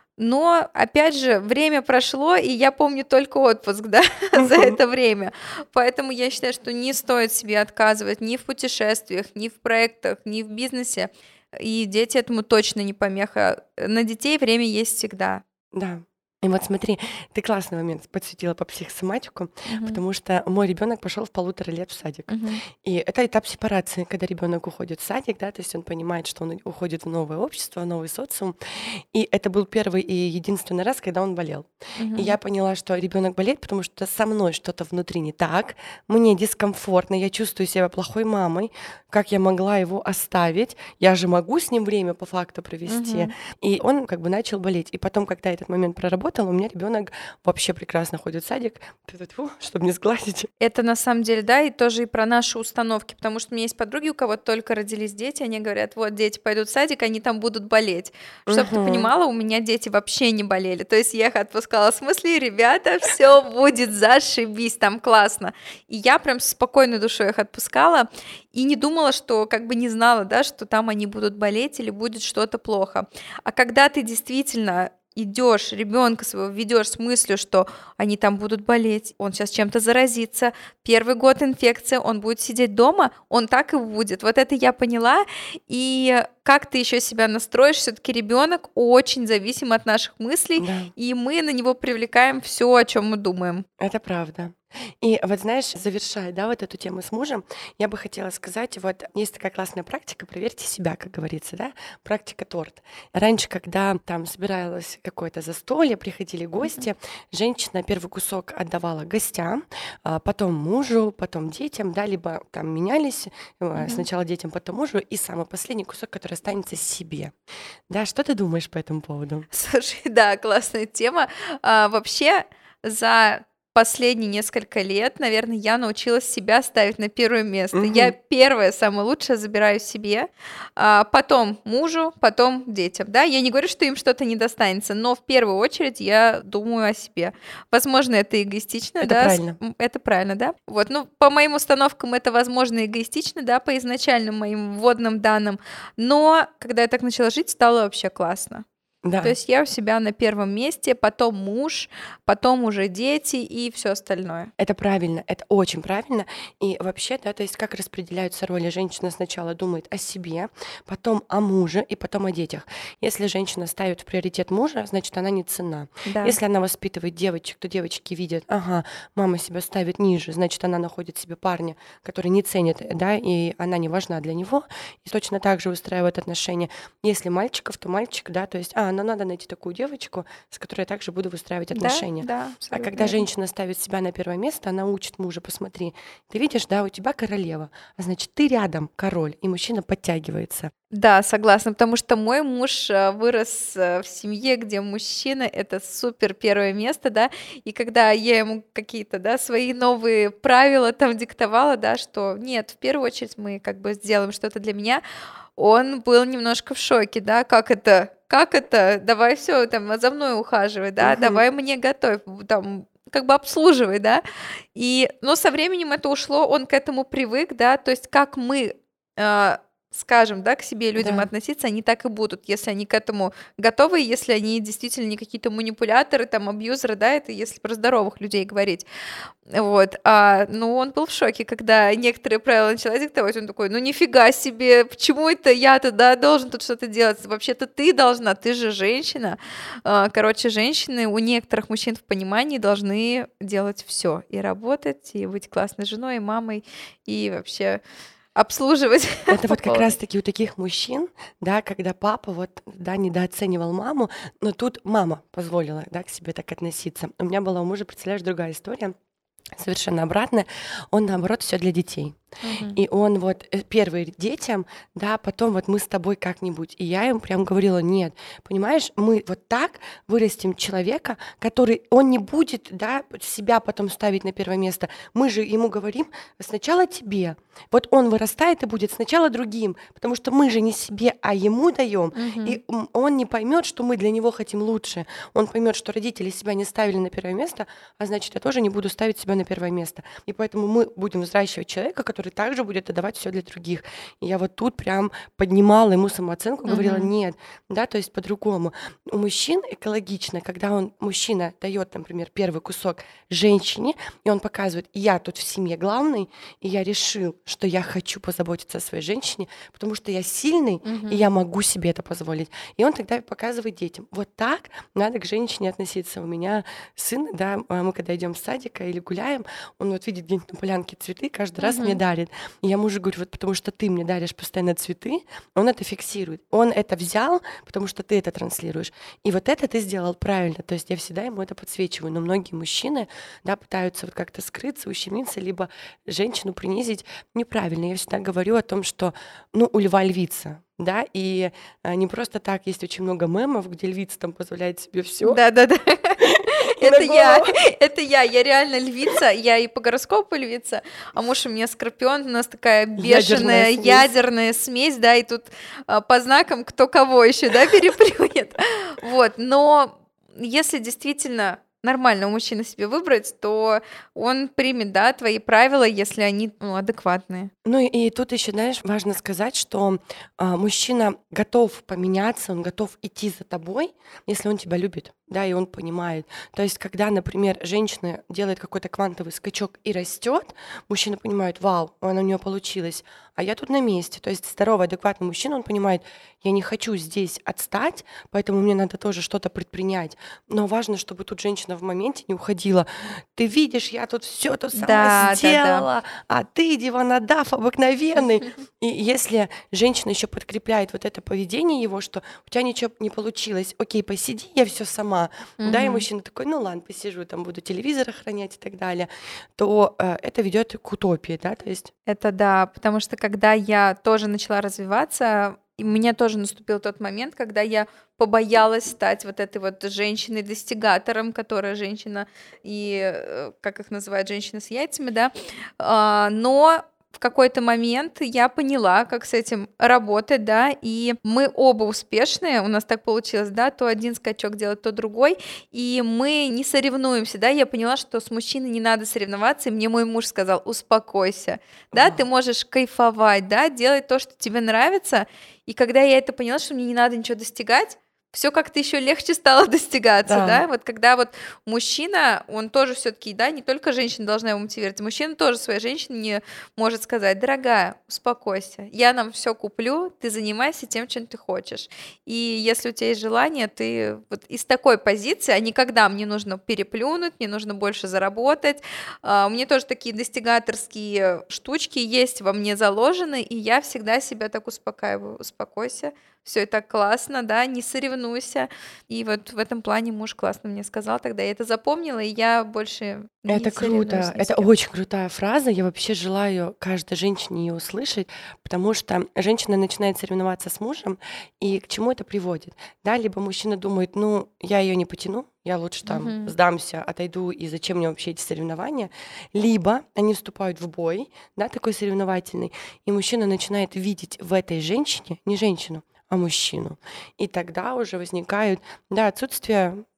Но, опять же, время прошло, и я помню только отпуск, да, за это время. Поэтому я считаю, что не стоит себе отказывать ни в путешествиях, ни в проектах, ни в бизнесе. И дети этому точно не помеха. На детей время есть всегда. Да. И вот смотри, ты классный момент подсветила по психосоматику, Мгм. потому что мой ребенок пошел в полутора лет в садик. Мгм. И это этап сепарации, когда ребенок уходит в садик, да, то есть он понимает, что он уходит в новое общество, в новый социум. И это был первый и единственный раз, когда он болел. И Мгм. я поняла, что ребенок болеет, потому что со мной что-то внутри не так, мне дискомфортно, я чувствую себя плохой мамой, как я могла его оставить, я же могу с ним время по факту провести. Мгм. И он как бы начал болеть. И потом, когда этот момент проработал, у меня ребенок вообще прекрасно ходит в садик, тьфу, чтобы не сглазить. Это на самом деле, да, и тоже и про наши установки, потому что у меня есть подруги, у кого только родились дети, они говорят, вот, дети пойдут в садик, они там будут болеть. Чтобы ты Мгм. понимала, у меня дети вообще не болели, то есть я их отпускала в смысле, ребята, все будет зашибись, там классно. И я прям с спокойной душой их отпускала и не думала, что, как бы не знала, да, что там они будут болеть или будет что-то плохо. А когда ты действительно идешь, ребенка своего ведешь с мыслью, что они там будут болеть, он сейчас чем-то заразится, первый год инфекция, он будет сидеть дома, он так и будет. Вот это я поняла. И как ты еще себя настроишь, все-таки ребенок очень зависим от наших мыслей, Да, и мы на него привлекаем все, о чем мы думаем. это правда. И вот знаешь, завершая, да, вот эту тему с мужем, я бы хотела сказать, вот есть такая классная практика, проверьте себя, как говорится, да, практика торт. Раньше, когда там собиралось какое-то застолье, приходили гости, женщина первый кусок отдавала гостям, а потом мужу, потом детям, да, либо там менялись, э, Мгм. сначала детям, потом мужу, и самый последний кусок, который останется себе. Да, что ты думаешь по этому поводу? Слушай, да, классная тема. А, вообще, за последние несколько лет, наверное, я научилась себя ставить на первое место. Я Мгм. первое, самое лучшее забираю себе, а, потом мужу, потом детям. Да, я не говорю, что им что-то не достанется, но в первую очередь я думаю о себе. Возможно, это эгоистично, Это да, с- правильно. м, это правильно, да. Вот, ну, по моим установкам это, возможно, эгоистично, да, по изначальным моим вводным данным, но когда я так начала жить, стало вообще классно. То Да. есть я у себя на первом месте, потом муж, потом уже дети и все остальное. Это правильно, это очень правильно. И вообще, да, то есть как распределяются роли. Женщина сначала думает о себе, потом о муже и потом о детях. Если женщина ставит в приоритет мужа, значит, она не ценна. Да. Если она воспитывает девочек, то девочки видят, ага, мама себя ставит ниже, значит, она находит себе парня, который не ценит, да, и она не важна для него. И точно так же выстраивают отношения. Если мальчиков, то мальчик, да, то есть, а, ну надо найти такую девочку, с которой я также буду выстраивать Да, отношения. да, А абсолютно когда верно. женщина ставит себя на первое место, она учит мужа, посмотри, ты видишь, да, у тебя королева, а значит, ты рядом король, и мужчина подтягивается. Да, согласна, потому что мой муж э, вырос э, в семье, где мужчина — это супер первое место, да, и когда я ему какие-то, да, свои новые правила там диктовала, да, что нет, в первую очередь мы как бы сделаем что-то для меня, он был немножко в шоке, да, как это, как это, давай все, там, за мной ухаживай, да, Мгм. давай мне готовь, там, как бы обслуживай, да. И, но со временем это ушло, он к этому привык, да, то есть как мы э, скажем, да, к себе людям Да. относиться, они так и будут, если они к этому готовы, если они действительно не какие-то манипуляторы, там, абьюзеры, да, это если про здоровых людей говорить. Вот, а, ну, он был в шоке, когда некоторые правила начала диктовать, он такой, ну, нифига себе, почему это я-то, да, должен тут что-то делать, вообще-то ты должна, ты же женщина. А, короче, женщины у некоторых мужчин в понимании должны делать все и работать, и быть классной женой, и мамой, и вообще обслуживать. Это по вот как полной. раз-таки у таких мужчин, да, когда папа вот, да, недооценивал маму, но тут мама позволила, да, к себе так относиться. У меня была у мужа, представляешь, другая история, совершенно обратная. Он, наоборот, все для детей. Мгм. И он вот э, первый детям, да, потом вот мы с тобой как-нибудь. И я ему прям говорила, нет, понимаешь, мы вот так вырастим человека, который, он не будет, да, себя потом ставить на первое место. Мы же ему говорим сначала тебе. Вот он вырастает и будет сначала другим, потому что мы же не себе, а ему даем. Мгм. И м, он не поймет, что мы для него хотим лучше. Он поймет, что родители себя не ставили на первое место, а значит, я тоже не буду ставить себя на первое место. И поэтому мы будем взращивать человека, который также будет отдавать все для других. И я вот тут прям поднимала ему самооценку, говорила, Мгм. нет, да, то есть по-другому. У мужчин экологично, когда он, мужчина дает, например, первый кусок женщине, и он показывает, я тут в семье главный, и я решил, что я хочу позаботиться о своей женщине, потому что я сильный, и Мгм. я могу себе это позволить. И он тогда показывает детям. Вот так надо к женщине относиться. У меня сын, да, а, мы когда идем с садика или гуляем, он вот видит где-нибудь на полянке цветы, каждый раз мне Мгм. дарит. И я мужу говорю, вот потому что ты мне даришь постоянно цветы, он это фиксирует. Он это взял, потому что ты это транслируешь. И вот это ты сделал правильно. То есть я всегда ему это подсвечиваю. Но многие мужчины, да, пытаются вот как-то скрыться, ущемиться, либо женщину принизить неправильно. Я всегда говорю о том, что, ну, у льва львица. Да, и а, не просто так есть очень много мемов, где львица там позволяет себе все. Да-да-да. И на Это я, голову. это я, я реально львица, я и по гороскопу львица, а муж у меня скорпион, у нас такая бешеная Ядерная смесь. ядерная смесь, да, и тут а, по знакам кто кого еще, да, переплюнет. Вот, но если действительно нормально у мужчины себе выбрать, то он примет, да, твои правила, если они, ну, адекватные. Ну и, и тут еще, знаешь, важно сказать, что а, мужчина готов поменяться, он готов идти за тобой, если он тебя любит, да, и он понимает. То есть, когда, например, женщина делает какой-то квантовый скачок и растет, мужчина понимает, вау, она у нее получилось, а я тут на месте. То есть здоровый, адекватный мужчина, он понимает, я не хочу здесь отстать, поэтому мне надо тоже что-то предпринять. Но важно, чтобы тут женщина в моменте не уходила. Ты видишь, я тут все то сама Да, да, да. сделала, а ты диванодав обыкновенный. И если женщина еще подкрепляет вот это поведение его, что у тебя ничего не получилось, окей, посиди, я все сама, да, и Мгм. мужчина такой, ну ладно, посижу, там буду телевизор охранять и так далее, то э, это ведет к утопии, да, то есть Это да, потому что когда я тоже начала развиваться, и у меня тоже наступил тот момент, когда я побоялась стать вот этой вот женщиной-достигатором, которая женщина и, э, как их называют, женщина с яйцами, да. А, Но в какой-то момент я поняла, как с этим работать, да, и мы оба успешные, у нас так получилось, да, то один скачок делает, то другой, и мы не соревнуемся, да, я поняла, что с мужчиной не надо соревноваться, и мне мой муж сказал, успокойся, да, ты вау. можешь кайфовать, да, делать то, что тебе нравится, и когда я это поняла, что мне не надо ничего достигать, все как-то еще легче стало достигаться, Да. да, вот когда вот мужчина, он тоже все-таки, да, не только женщина должна его мотивировать, мужчина тоже своей женщине может сказать, дорогая, успокойся, я нам все куплю, ты занимайся тем, чем ты хочешь, и если у тебя есть желание, ты вот из такой позиции, а не когда мне нужно переплюнуть, мне нужно больше заработать, а, у меня тоже такие достигаторские штучки есть во мне заложены, и я всегда себя так успокаиваю, успокойся, все и так классно, да, не соревнуйся. И вот в этом плане муж классно мне сказал тогда, я это запомнила, и я больше не Это соревнуюсь круто, ни с это кем. очень крутая фраза. Я вообще желаю каждой женщине ее услышать, потому что женщина начинает соревноваться с мужем, и к чему это приводит? Да, либо мужчина думает, ну, я ее не потяну, я лучше там Мгм. сдамся, отойду, и зачем мне вообще эти соревнования? Либо они вступают в бой, да, такой соревновательный, и мужчина начинает видеть в этой женщине не женщину, а мужчину. И тогда уже возникает, да, отсутствие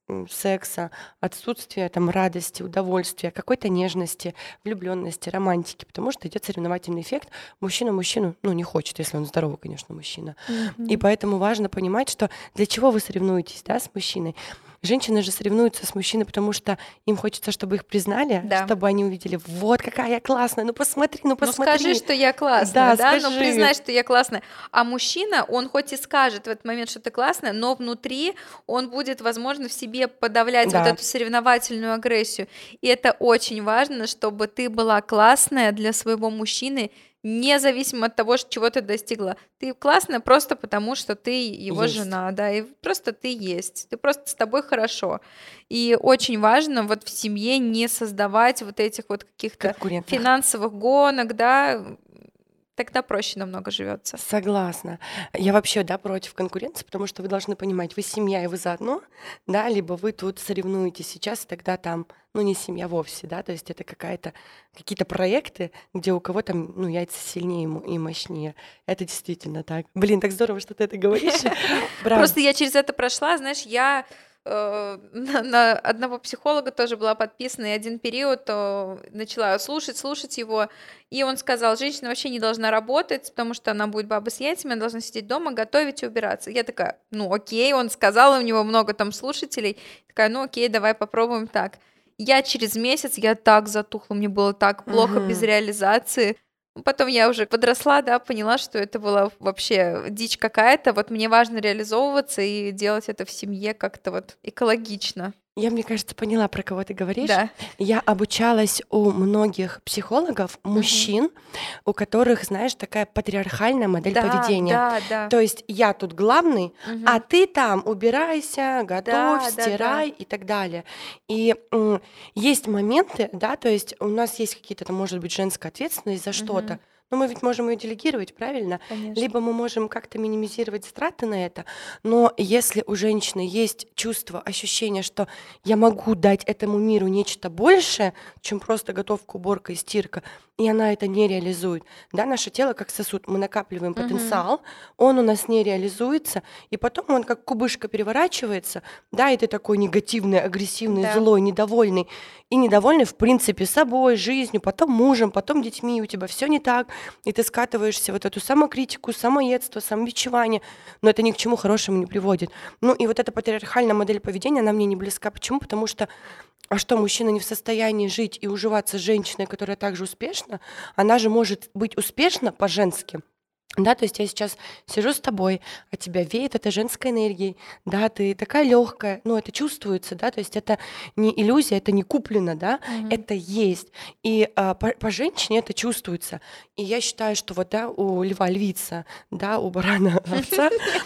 м, секса, отсутствие там радости, удовольствия, какой-то нежности, влюбленности, романтики, потому что идет соревновательный эффект. Мужчина мужчину, ну, не хочет, если он здоровый, конечно, мужчина. И Мгм. поэтому важно понимать, что для чего вы соревнуетесь, да, с мужчиной. Женщины же соревнуются с мужчиной, потому что им хочется, чтобы их признали, Да. чтобы они увидели, вот какая я классная, ну посмотри, ну Ну скажи, посмотри. что я классная, Да, да, ну скажи. признай, что я классная. А мужчина, он хоть и скажет в этот момент, что ты классная, но внутри он будет, возможно, в себе подавлять вот Да. эту соревновательную агрессию. И это очень важно, чтобы ты была классная для своего мужчины, независимо от того, ш- чего ты достигла. Ты классная просто потому, что ты его Есть. жена, да, и просто ты есть. Ты просто с тобой хорошо. И очень важно вот в семье не создавать вот этих вот каких-то Конкурентных. финансовых гонок, да, тогда проще намного живется. Согласна. Я вообще, да, против конкуренции, потому что вы должны понимать, вы семья, и вы заодно, да, либо вы тут соревнуетесь сейчас, и тогда там, ну, не семья вовсе, да, то есть это какая-то, какие-то проекты, где у кого-то, ну, яйца сильнее и мо- и мощнее. Это действительно так. Блин, так здорово, что ты это говоришь. Правда. Просто я через это прошла, знаешь, я э, на, на одного психолога тоже была подписана, и один период э, начала слушать, слушать его, и он сказал, женщина вообще не должна работать, потому что она будет баба с яйцами, она должна сидеть дома, готовить и убираться. Я такая, ну окей, он сказал, у него много там слушателей, такая, ну окей, давай попробуем так. Я через месяц, я так затухла, мне было так плохо без Мгм. реализации. Потом я уже подросла, да, поняла, что это была вообще дичь какая-то. Вот мне важно реализовываться и делать это в семье как-то вот экологично. Я, мне кажется, поняла, про кого ты говоришь. Да. Я обучалась у многих психологов, Мгм. мужчин, у которых, знаешь, такая патриархальная модель Да, поведения. да, да. То есть я тут главный, а Мгм. ты там убирайся, готовь, Да, да, да. стирай и так далее. И м, есть моменты, да, то есть у нас есть какие-то, там, может быть, женская ответственность за что-то, Мгм. но мы ведь можем ее делегировать, правильно? Конечно. Либо мы можем как-то минимизировать затраты на это, но если у женщины есть чувство, ощущение, что я могу дать этому миру нечто большее, чем просто готовка, уборка и стирка, и она это не реализует. Да, наше тело как сосуд, мы накапливаем Мгм. потенциал, он у нас не реализуется, и потом он как кубышка переворачивается, да, и ты такой негативный, агрессивный, Да. злой, недовольный, и недовольный, в принципе, собой, жизнью, потом мужем, потом детьми, у тебя все не так, и ты скатываешься в вот эту самокритику, самоедство, самобичевание, но это ни к чему хорошему не приводит. Ну и вот эта патриархальная модель поведения, она мне не близка. Почему? Потому что, а что, мужчина не в состоянии жить и уживаться с женщиной, которая также успешна? Она же может быть успешна по-женски. Да, то есть я сейчас сижу с тобой, а тебя веет этой женской энергией, да, ты такая легкая, ну, это чувствуется, да, то есть это не иллюзия, это не куплено, да, Мгм. это есть. И а, по, по женщине это чувствуется. И я считаю, что вот, да, у льва львица, да, у барана овца.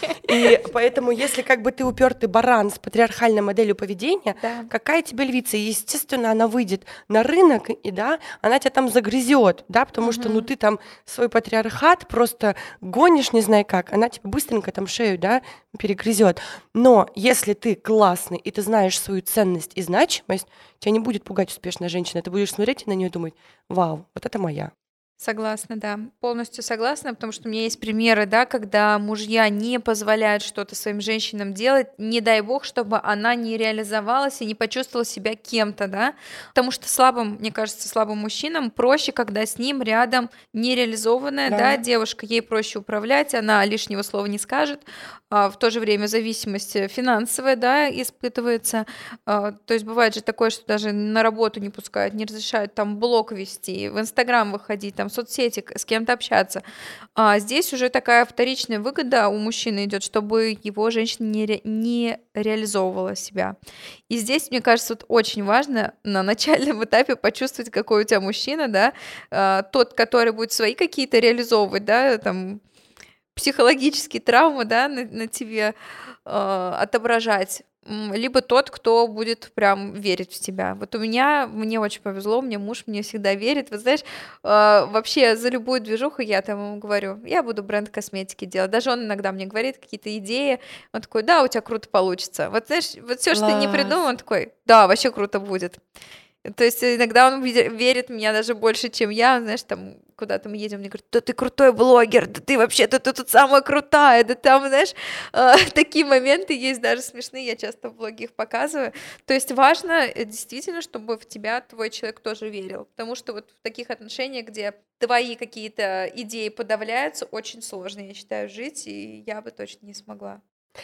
И поэтому, если как бы ты упертый баран с патриархальной моделью поведения, Да. какая тебе львица? Естественно, она выйдет на рынок, и да, она тебя там загрызет, да, потому что, ну, Мгм. ты там свой патриархат просто гонишь, не знаю как, она тебе быстренько там шею, да, перегрызет. Но если ты классный, и ты знаешь свою ценность и значимость, тебя не будет пугать успешная женщина. Ты будешь смотреть на нее и думать, вау, вот это моя. Согласна, да, полностью согласна, потому что у меня есть примеры, да, когда мужья не позволяют что-то своим женщинам делать, не дай бог, чтобы она не реализовалась и не почувствовала себя кем-то, да, потому что слабым, мне кажется, слабым мужчинам проще, когда с ним рядом нереализованная, да, Да. девушка, ей проще управлять, она лишнего слова не скажет, а в то же время зависимость э, финансовая, да, испытывается, а, то есть бывает же такое, что даже на работу не пускают, не разрешают там блог вести, в Инстаграм выходить, там в соцсети к- с кем-то общаться. А здесь уже такая вторичная выгода у мужчины идет, чтобы его женщина не, ре- не реализовывала себя. И здесь, мне кажется, вот очень важно на начальном этапе почувствовать, какой у тебя мужчина, да, а, тот, который будет свои какие-то реализовывать, да, там психологические травмы, да, на, на тебе э, отображать, м, либо тот, кто будет прям верить в тебя. Вот у меня, мне очень повезло, мне муж мне всегда верит. Вот знаешь, э, вообще за любую движуху я там ему говорю, я буду бренд косметики делать. Даже он иногда мне говорит какие-то идеи, он такой, да, у тебя круто получится. Вот знаешь, вот все, что ты не придумал, Класс. он такой, да, вообще круто будет. То есть иногда он виде- верит в меня даже больше, чем я. Знаешь, там куда-то мы едем, мне говорят: да ты крутой блогер, да ты вообще-то ты тут самая крутая, да там, знаешь, э, такие моменты есть даже смешные, я часто в блоге их показываю. То есть важно э, действительно, чтобы в тебя твой человек тоже верил, потому что вот в таких отношениях, где твои какие-то идеи подавляются, очень сложно, я считаю, жить, и я бы точно не смогла.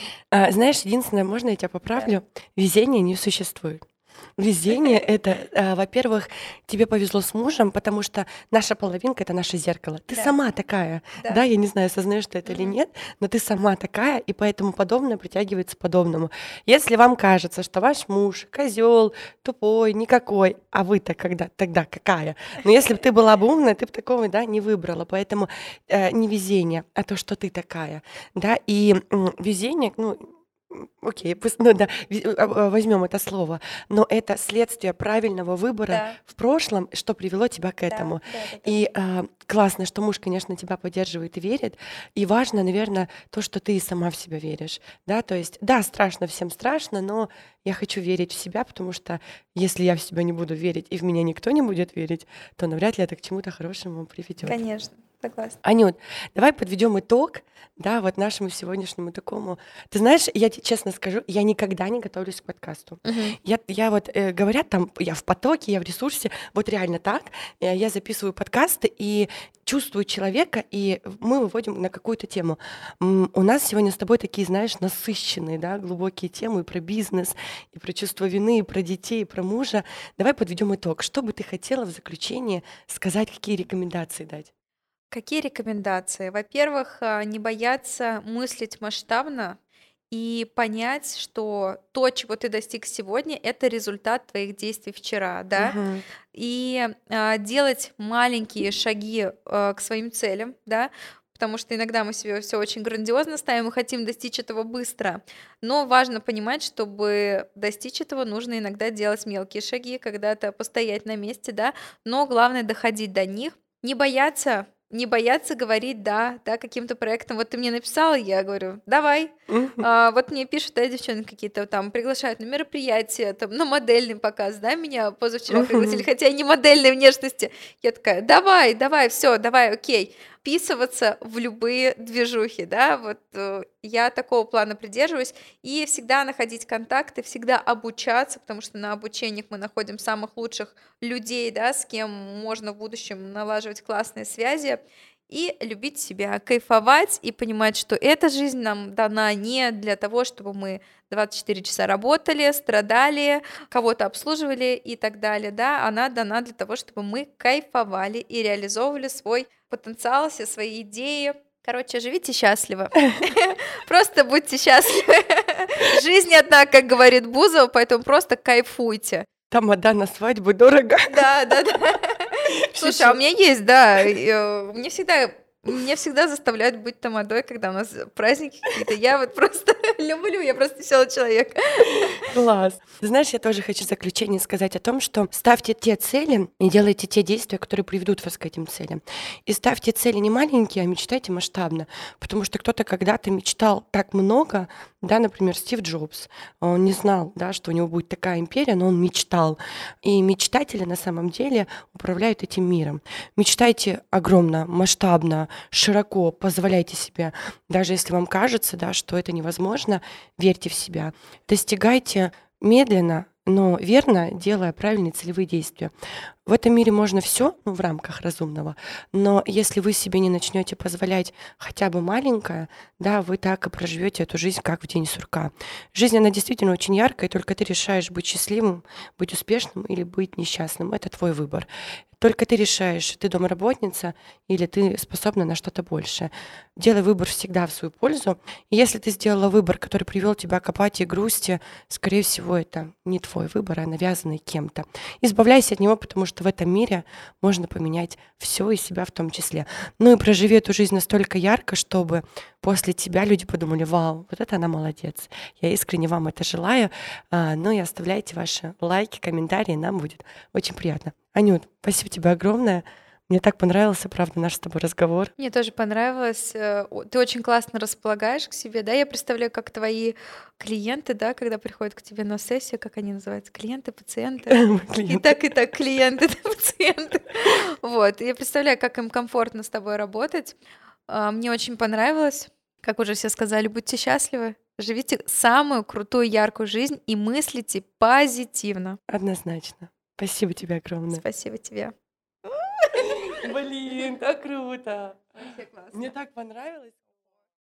А, знаешь, единственное, можно я тебя Да. поправлю? Везения не существует. Везение — это, а, во-первых, тебе повезло с мужем, потому что наша половинка — это наше зеркало. Ты Да, сама такая. Да, да. я не знаю, осознаешь ты это или Мгм. нет, но ты сама такая, и поэтому подобное притягивается к подобному. Если вам кажется, что ваш муж козел, тупой, никакой, а вы-то когда тогда какая? Но если бы ты была бы умная, ты бы такого, да, не выбрала. Поэтому э, не везение, а то, что ты такая, да. И м, везение, ну, м, окей, пусть, ну да, возьмем это слово, но это следствие правильного выбора Да, в прошлом, что привело тебя к да, этому. да, да, да. И а, классно, что муж, конечно, тебя поддерживает и верит. И важно, наверное, то, что ты и сама в себя веришь. Да, то есть, да, страшно, всем страшно, но я хочу верить в себя, потому что если я в себя не буду верить, и в меня никто не будет верить, то навряд ли это к чему-то хорошему приведет. Конечно, согласна. Анют, давай подведем итог, да, вот нашему сегодняшнему такому. Ты знаешь, я тебе честно скажу, я никогда не готовлюсь к подкасту. Мгм. Я, я вот, э, говорят, там, я в потоке, я в ресурсе, вот реально так. Э, Я записываю подкасты и чувствую человека, и мы выводим на какую-то тему. М, У нас сегодня с тобой такие, знаешь, насыщенные, да, глубокие темы и про бизнес, и про чувство вины, и про детей, и про мужа. Давай подведем итог. Что бы ты хотела в заключение сказать, какие рекомендации дать? Какие рекомендации? Во-первых, а, не бояться мыслить масштабно и понять, что то, чего ты достиг сегодня, это результат твоих действий вчера, да, Мгм. и а, делать маленькие шаги а, к своим целям, да, потому что иногда мы себе все очень грандиозно ставим и хотим достичь этого быстро, но важно понимать, чтобы достичь этого, нужно иногда делать мелкие шаги, когда-то постоять на месте, да, но главное доходить до них, не бояться не бояться говорить «да», да, каким-то проектам. Вот ты мне написала, я говорю: давай. Мгм. А, вот мне пишут, да, девчонки какие-то там приглашают на мероприятия, там, на модельный показ, да, меня позавчера пригласили, Мгм. хотя я не модельной внешности. Я такая: давай, давай, все, давай, окей. Вписываться в любые движухи, да, вот э, я такого плана придерживаюсь, и всегда находить контакты, всегда обучаться, потому что на обучениях мы находим самых лучших людей, да, с кем можно в будущем налаживать классные связи, и любить себя, кайфовать и понимать, что эта жизнь нам дана не для того, чтобы мы двадцать четыре часа работали, страдали, кого-то обслуживали и так далее, да, она дана для того, чтобы мы кайфовали и реализовывали свой потенциал, все свои идеи. Короче, живите счастливо. Просто будьте счастливы. Жизнь одна, как говорит Бузова, поэтому просто кайфуйте. Тамада на свадьбу дорого. Да, да, да. Слушай, а у меня есть, да, и, э, мне всегда меня всегда заставляют быть тамадой, когда у нас праздники какие-то. Я вот просто люблю, я просто веселый человек. Класс. Ты знаешь, я тоже хочу в заключение сказать о том, что ставьте те цели и делайте те действия, которые приведут вас к этим целям. И ставьте цели не маленькие, а мечтайте масштабно. Потому что кто-то когда-то мечтал так много, да, например, Стив Джобс. Он не знал, да, что у него будет такая империя, но он мечтал. И мечтатели на самом деле управляют этим миром. Мечтайте огромно, масштабно, широко, позволяйте себе, даже если вам кажется, да, что это невозможно, верьте в себя. Достигайте медленно, но верно, делая правильные целевые действия. В этом мире можно все, ну, в рамках разумного, но если вы себе не начнете позволять хотя бы маленькое, да, вы так и проживете эту жизнь, как в день сурка. Жизнь, она действительно очень яркая, и только ты решаешь быть счастливым, быть успешным или быть несчастным. Это твой выбор. Только ты решаешь, ты домработница или ты способна на что-то большее. Делай выбор всегда в свою пользу. И если ты сделала выбор, который привел тебя к апатии, грусти, скорее всего, это не твой выбор, а навязанный кем-то. Избавляйся от него, потому что в этом мире можно поменять все и себя в том числе. Ну и проживи эту жизнь настолько ярко, чтобы после тебя люди подумали: вау, вот это она молодец. Я искренне вам это желаю. А, Ну и оставляйте ваши лайки, комментарии, нам будет очень приятно. Анют, спасибо тебе огромное. Мне так понравился, правда, наш с тобой разговор. Мне тоже понравилось. э, о- Ты очень классно располагаешь к себе, да? Я представляю, как твои клиенты, да, когда приходят к тебе на сессию, как они называются? Клиенты, пациенты? И Клиенты. так, и так, клиенты, да, пациенты. Вот. Я представляю, как им комфортно с тобой работать. А, Мне очень понравилось. Как уже все сказали, будьте счастливы, живите самую крутую, яркую жизнь и мыслите позитивно. Однозначно. Спасибо тебе огромное. Спасибо тебе. Блин, так круто. Вообще классно. Мне так понравилось.